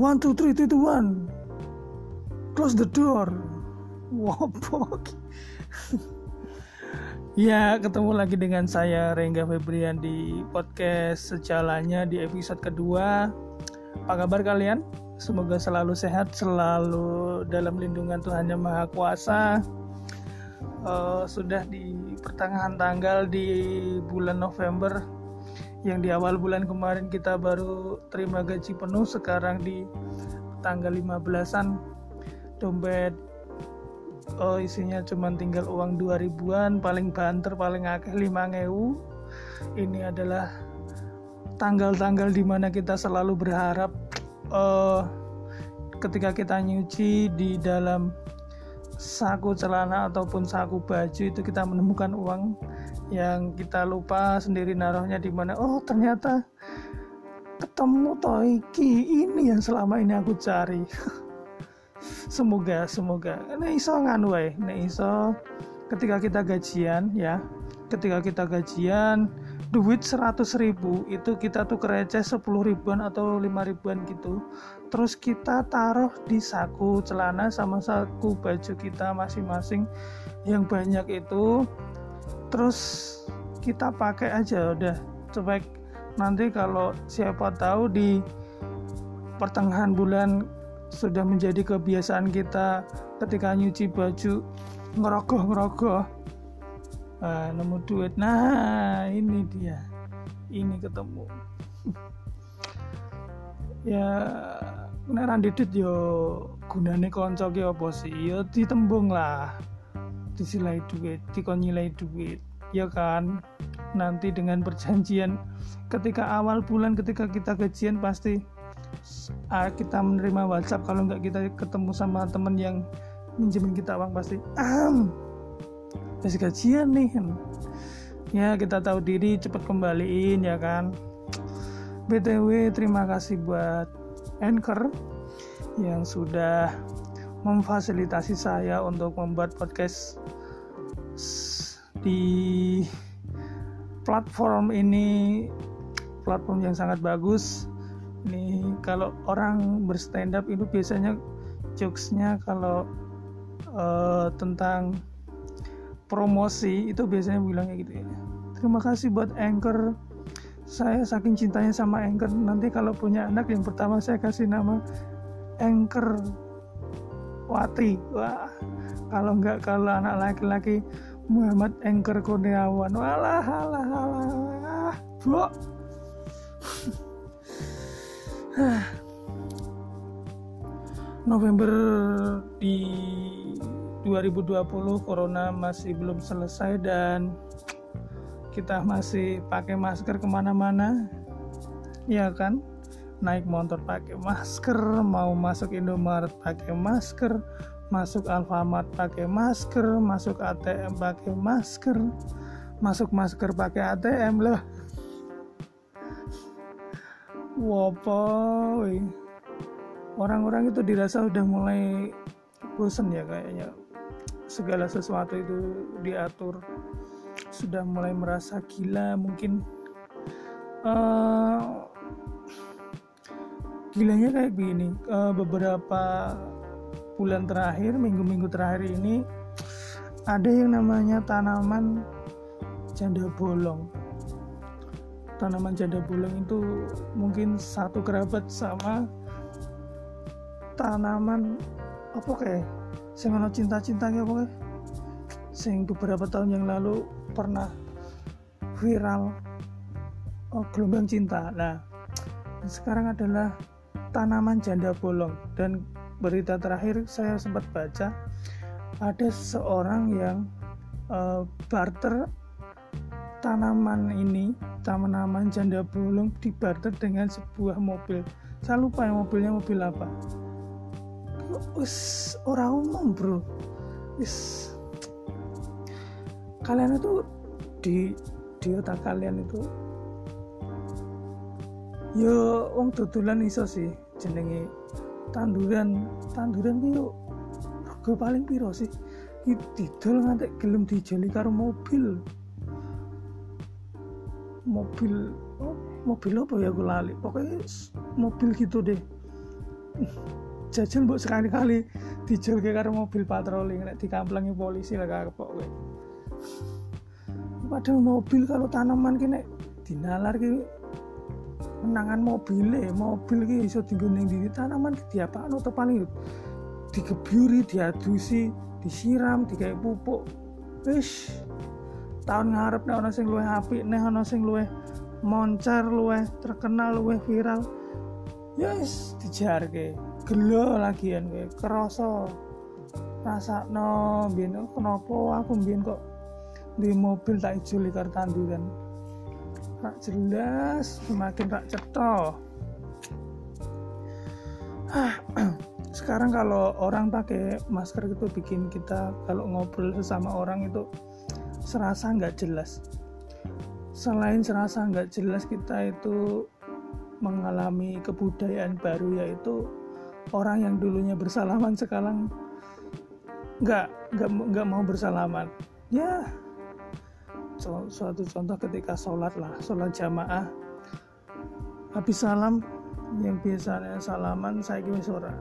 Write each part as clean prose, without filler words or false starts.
1 2 3 2 1 close the door. Wopok. Ya, ketemu lagi dengan saya Rengga Febrian di podcast Sejalannya di episode kedua. Apa kabar kalian? Semoga selalu sehat, selalu dalam lindungan Tuhan Yang Maha Kuasa. Sudah di pertengahan tanggal di bulan November, yang di awal bulan kemarin kita baru terima gaji penuh. Sekarang di tanggal 15-an dompet isinya cuma tinggal uang 2.000-an, paling banter paling akeh 5.000. Ini adalah tanggal-tanggal dimana kita selalu berharap ketika kita nyuci di dalam saku celana ataupun saku baju itu kita menemukan uang yang kita lupa sendiri naruhnya di mana. Oh, ternyata ketemu toh ini yang selama ini aku cari. Semoga nek iso nganu wae, nek iso ketika kita gajian duit 100.000 itu kita tuh receh 10.000-an atau 5.000-an gitu. Terus kita taruh di saku celana sama saku baju kita masing-masing yang banyak itu. Terus kita pakai aja udah cepet. Nanti kalau siapa tahu di pertengahan bulan sudah menjadi kebiasaan kita ketika nyuci baju ngerogoh nemu duit. Nah, ini dia, ini ketemu. Ya nek ra ndedit yo gunane kanca ki apa sih? Ya ditembung lah, disilai duit, dikon nyilai duit, ya kan. Nanti dengan perjanjian ketika awal bulan, ketika kita gajian pasti kita menerima WhatsApp. Kalau enggak kita ketemu sama temen yang minjemin kita uang pasti kasih gajian nih. Ya kita tahu diri cepat kembaliin, ya kan. BTW terima kasih buat Anchor yang sudah memfasilitasi saya untuk membuat podcast di platform ini, platform yang sangat bagus. Ini kalau orang berstand up itu biasanya jokesnya kalau tentang promosi itu biasanya bilangnya gitu ya. Terima kasih buat Anchor. Saya saking cintanya sama Anchor, nanti kalau punya anak yang pertama saya kasih nama Anchor Wati. Wah, kalau anak laki-laki Muhammad Anchor Kurniawan. Walah. Bro. November di 2020 corona masih belum selesai dan kita masih pakai masker kemana-mana, ya kan. Naik motor pakai masker, mau masuk Indomaret pakai masker, masuk Alfamart pakai masker, masuk ATM pakai masker, masuk masker pakai ATM loh. Wopoy, orang-orang itu dirasa udah mulai bosan ya kayaknya, segala sesuatu itu diatur, sudah mulai merasa gila mungkin. Gilanya kayak gini, beberapa bulan terakhir, minggu-minggu terakhir ini ada yang namanya tanaman janda bolong. Tanaman janda bolong itu mungkin satu kerabat sama tanaman apa kayak sing ana cinta-cinta apa kayak sing beberapa tahun yang lalu pernah viral, gelombang cinta. Nah, sekarang adalah tanaman janda bolong. Dan berita terakhir saya sempat baca ada seseorang yang barter tanaman janda bolong dibarter dengan sebuah mobil. Saya lupa ya mobilnya mobil apa. Orang umum bro. Kalian itu di otak kalian itu yo wong dodolan iso sih jenenge tanduran ki yo rego paling piro sih didol ngantek gelem dijeli karo mobil mobil apa ya, aku lali, pokoknya mobil gitu deh. Jajal mbok sekali-kali dijulke karo mobil patroli nek dikamplengi polisi lah kapok kowe. Padahal mobil kalau tanaman ki nek dinalar ki menangan mobil ki iso dienggo ning ndi, tanaman ki diapakno to paling digebyuri, diadusi, disiram, digawe pupuk. Wis tahun ngarep nek ana sing luwih apik, nek ana sing luwih moncer, luwih terkenal, luwih viral, ya wis dijarke. Gelo lagian kowe krasa rasakno mbiyen kenapa aku mbiyen kok di mobil tak ijoli karo tanduran. Tak jelas, semakin tak cetha. Sekarang kalau orang pakai masker itu bikin kita kalau ngobrol sesama orang itu serasa nggak jelas. Selain serasa nggak jelas, kita itu mengalami kebudayaan baru, yaitu orang yang dulunya bersalaman sekarang nggak mau bersalaman. Ya, suatu contoh ketika sholat jamaah, habis salam yang biasanya salaman saya wis ora.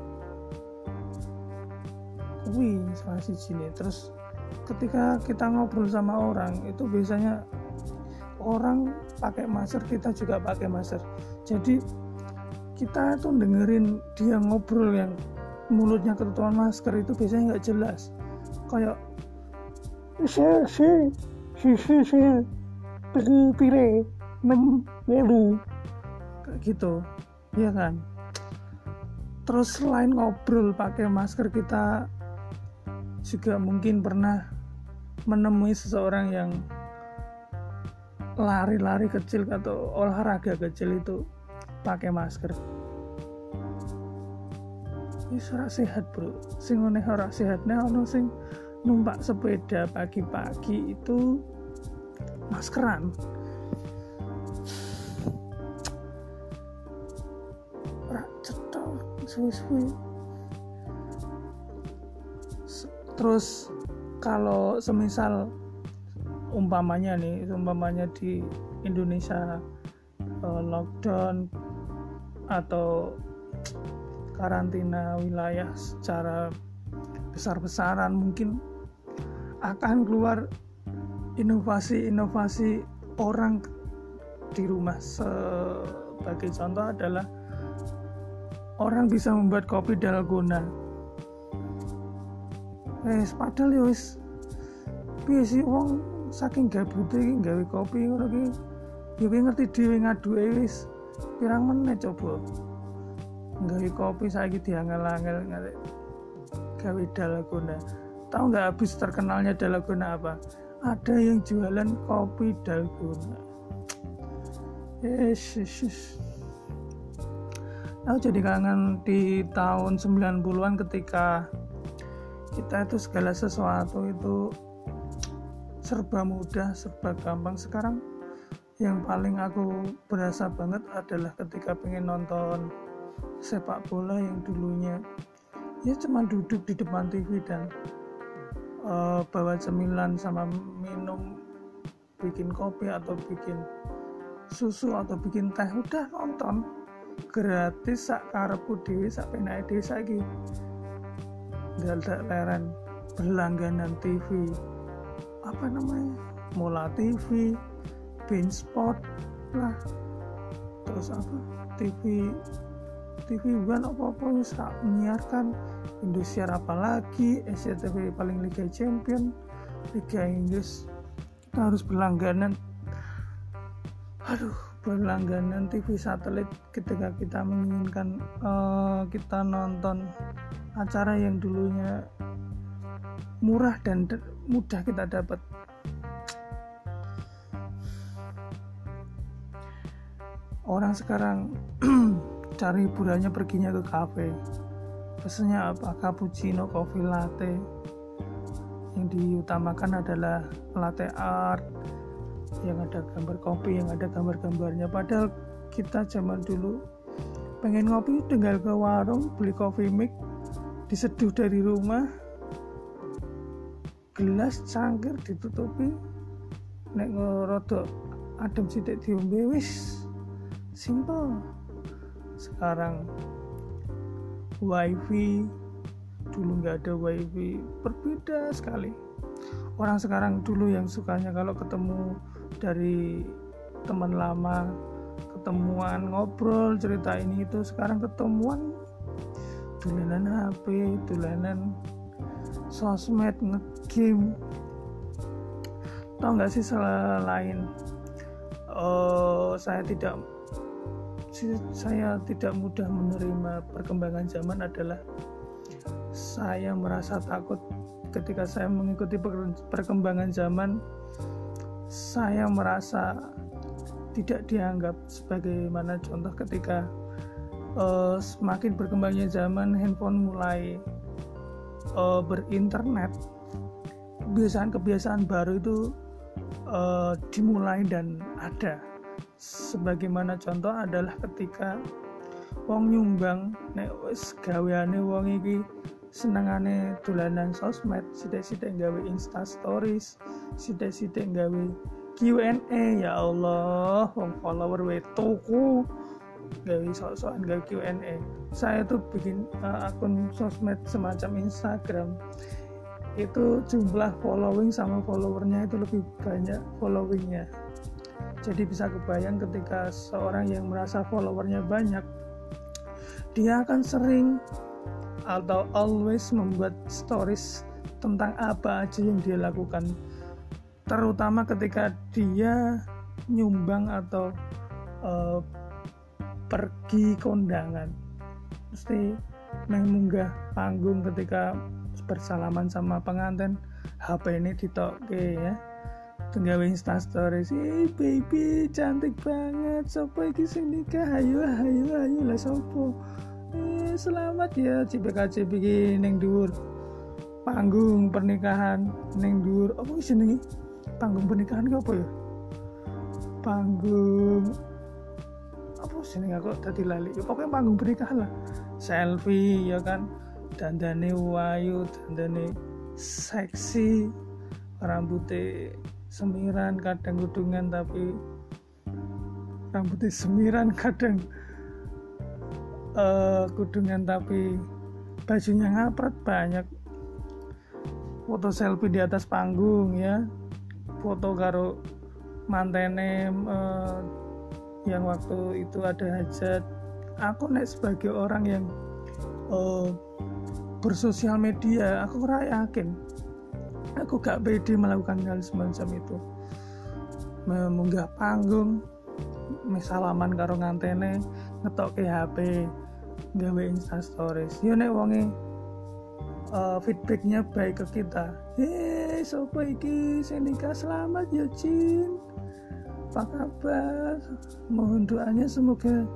Kuwi salah siji nih. Terus ketika kita ngobrol sama orang itu biasanya orang pakai masker, kita juga pakai masker. Jadi kita tuh dengerin dia ngobrol yang mulutnya ketutupan masker itu biasanya nggak jelas. Kayak saya pire melu kayak gitu, ya kan? Terus selain ngobrol pakai masker, kita juga mungkin pernah menemui seseorang yang lari-lari kecil atau olahraga kecil itu pakai masker. Ini ora sehat, bro. Sing ngene ora sehatnya ono sing numpak sepeda pagi-pagi itu maskeran. Ora cetok suwi-suwi. Terus kalau semisal umpamanya di Indonesia lockdown atau karantina wilayah secara besar-besaran, mungkin akan keluar inovasi orang di rumah. Sebagai contoh adalah orang bisa membuat kopi dalgona. Padahal ya wis piye sih wong saking gabute iki gawe kopi ngono ki. Ya kowe ngerti dhewe ngaduke wis pirang menit coba. Gawe kopi saiki diangel-angel gawe dalgona. Tahu nggak habis terkenalnya dalgona apa? Ada yang jualan kopi dalgona. Aku jadi kangen di tahun 90-an ketika kita itu segala sesuatu itu serba mudah, serba gampang. Sekarang yang paling aku berasa banget adalah ketika pengen nonton sepak bola yang dulunya ya cuma duduk di depan TV dan bawa cemilan sama minum, bikin kopi atau bikin susu atau bikin teh, udah nonton gratis sak karepku dhewe, sak penake dhewe. Saiki daldak leren berlangganan TV, apa namanya, Mola TV, Beansport lah, terus apa TV One apa-apa bisa menyiarkan, Indosiar apalagi, SCTV paling Liga Champion, Liga Inggris. Kita harus berlangganan, berlangganan TV satelit ketika kita menginginkan kita nonton acara yang dulunya murah dan mudah kita dapat. Orang sekarang cari hiburannya perginya ke kafe, pesennya apa? Cappuccino, coffee latte. Yang diutamakan adalah latte art yang ada gambar kopi, yang ada gambar-gambarnya. Padahal kita zaman dulu pengen ngopi tinggal ke warung, beli coffee mix, diseduh dari rumah, gelas cangkir ditutupi, nek ngerodok adem sithik diombe, wis simple. Sekarang wifi. Dulu nggak ada wifi, berbeda sekali. Orang sekarang dulu yang sukanya kalau ketemu dari teman lama, ketemuan ngobrol cerita ini itu, sekarang ketemuan dolanan HP, dolanan sosmed, nge-game. Tahu nggak sih, selain saya tidak mudah menerima perkembangan zaman adalah saya merasa takut ketika saya mengikuti perkembangan zaman. Saya merasa tidak dianggap, sebagaimana contoh ketika semakin berkembangnya zaman, handphone mulai berinternet, kebiasaan-kebiasaan baru itu dimulai dan ada. Sebagaimana contoh adalah ketika wong nyumbang, nek wis gaweane wong iki senengane dolanan sosmed, sithik-sithik gawe Insta stories, sithik-sithik gawe Q&A. Ya Allah, wong follower we tuku gawe sok-sokan gawe Q&A. Saya tuh bikin akun sosmed semacam Instagram, itu jumlah following sama followernya itu lebih banyak followingnya. Jadi bisa kebayang ketika seorang yang merasa followernya banyak, dia akan sering atau always membuat stories tentang apa aja yang dia lakukan, terutama ketika dia nyumbang atau pergi kondangan. Mesti mengunggah panggung ketika bersalaman sama pengantin, HP ini ditokke ya, tenggawe Insta stories, baby cantik banget, sopo iki sing nikah, ayo lah sopo, selamat ya, CPKC iki ning dhuwur panggung pernikahan, ning dhuwur apa jenenge panggung pernikahan ki apa ya, panggung apa jenenge aku dadi lali ya, pokoknya panggung pernikahan lah, selfie ya kan, dandane wayu, dandane seksi, rambutnya semiran, kadang kudungan tapi rambutnya semiran, kadang kudungan tapi bajunya ngapret, banyak foto selfie di atas panggung ya, foto karo mantene yang waktu itu ada hajat. Aku nek sebagai orang yang bersosial media, aku ora yakin, aku gak pede melakukan hal semacam itu, mengunggah panggung, salaman karo ngantene, ngetokke HP, gawe Insta stories. Yo nek wonge feedbacknya baik ke kita, sopo iki sing nikah, selamat ya Jin, apa kabar, mohon doanya semoga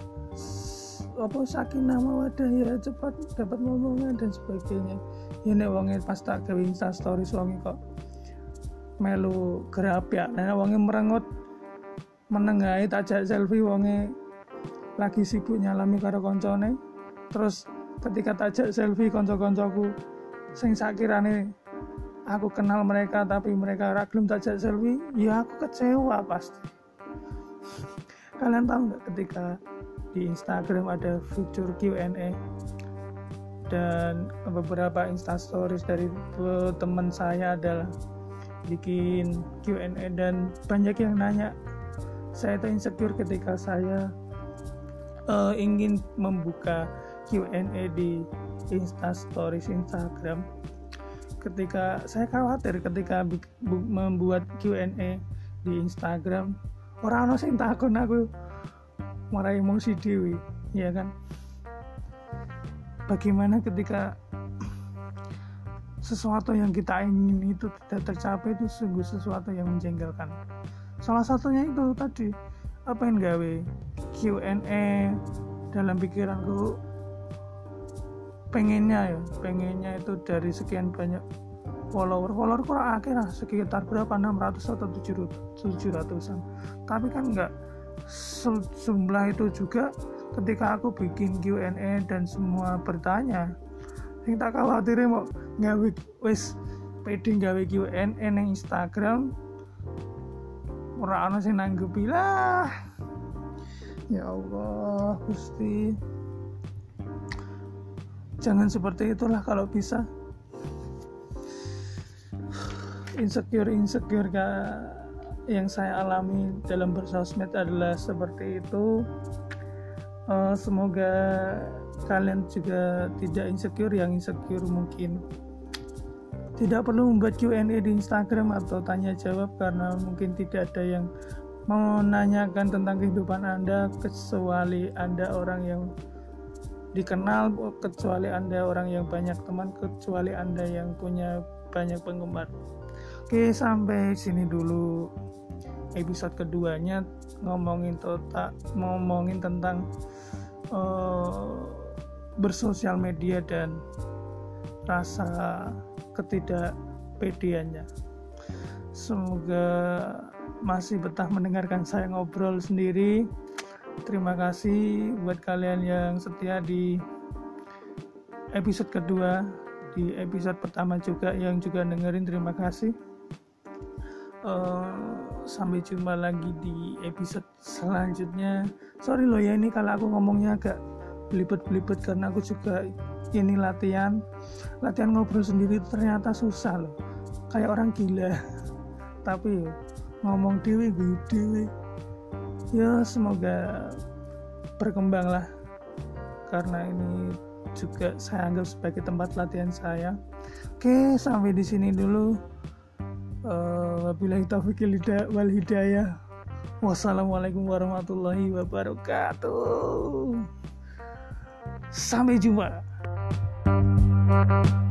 sakinah mawaddah ya, cepat dapat momongan dan sebagainya. Ya nek wonge pas tak gawe Insta stories wonge kok melu gerap ya, nek wonge merengut menengahi tajak selfie, wonge lagi sibuk nyalami karo koncone, terus ketika tajak selfie konco-koncoku sing sakirane aku kenal mereka tapi mereka ora gelem tajak selfie, ya aku kecewa pasti. Kalian tahu nggak ketika di Instagram ada fitur Q&A, dan beberapa Insta stories dari teman saya adalah bikin Q&A, dan banyak yang nanya. Saya itu insecure ketika saya ingin membuka Q&A di Insta stories Instagram. Ketika saya khawatir ketika membuat Q&A di Instagram, orang ono sing takon aku marai emosi dewi, ya kan? Bagaimana ketika sesuatu yang kita ingin itu tidak tercapai, itu sungguh sesuatu yang menjengkelkan. Salah satunya itu tadi, apa yang gawe Q&A dalam pikiranku, pengennya itu dari sekian banyak follower kurang akhirnya sekitar berapa, 600 atau 700-an, tapi kan enggak sejumlah itu juga. Ketika aku bikin Q&A dan semua bertanya, yang tak khawatir mau gawe wis pede gawe Q&A nang Instagram, ora ana sing nanggepi lah. Ya Allah Gusti, Jangan seperti itulah kalau bisa. Insecure yang saya alami dalam bersosmed adalah seperti itu. Semoga kalian juga tidak insecure. Yang insecure mungkin tidak perlu membuat Q&A di Instagram atau tanya jawab, karena mungkin tidak ada yang menanyakan tentang kehidupan Anda kecuali Anda orang yang dikenal, kecuali Anda orang yang banyak teman, kecuali Anda yang punya banyak penggemar. Oke, sampai sini dulu episode keduanya, ngomongin tentang bersosial media dan rasa ketidakpedeannya. Semoga masih betah mendengarkan saya ngobrol sendiri. Terima kasih buat kalian yang setia di episode kedua, di episode pertama juga yang juga dengerin, terima kasih. Sampai jumpa lagi di episode selanjutnya. Sorry loh ya, ini kalau aku ngomongnya agak belibet karena aku juga ini latihan ngobrol sendiri ternyata susah loh, kayak orang gila. Tapi ngomong dewe ya, semoga berkembang lah, karena ini juga saya anggap sebagai tempat latihan saya. Oke, sampai di sini dulu. Wabillahi taufiq wal hidayah. Wassalamualaikum warahmatullahi wabarakatuh. Sampai jumpa.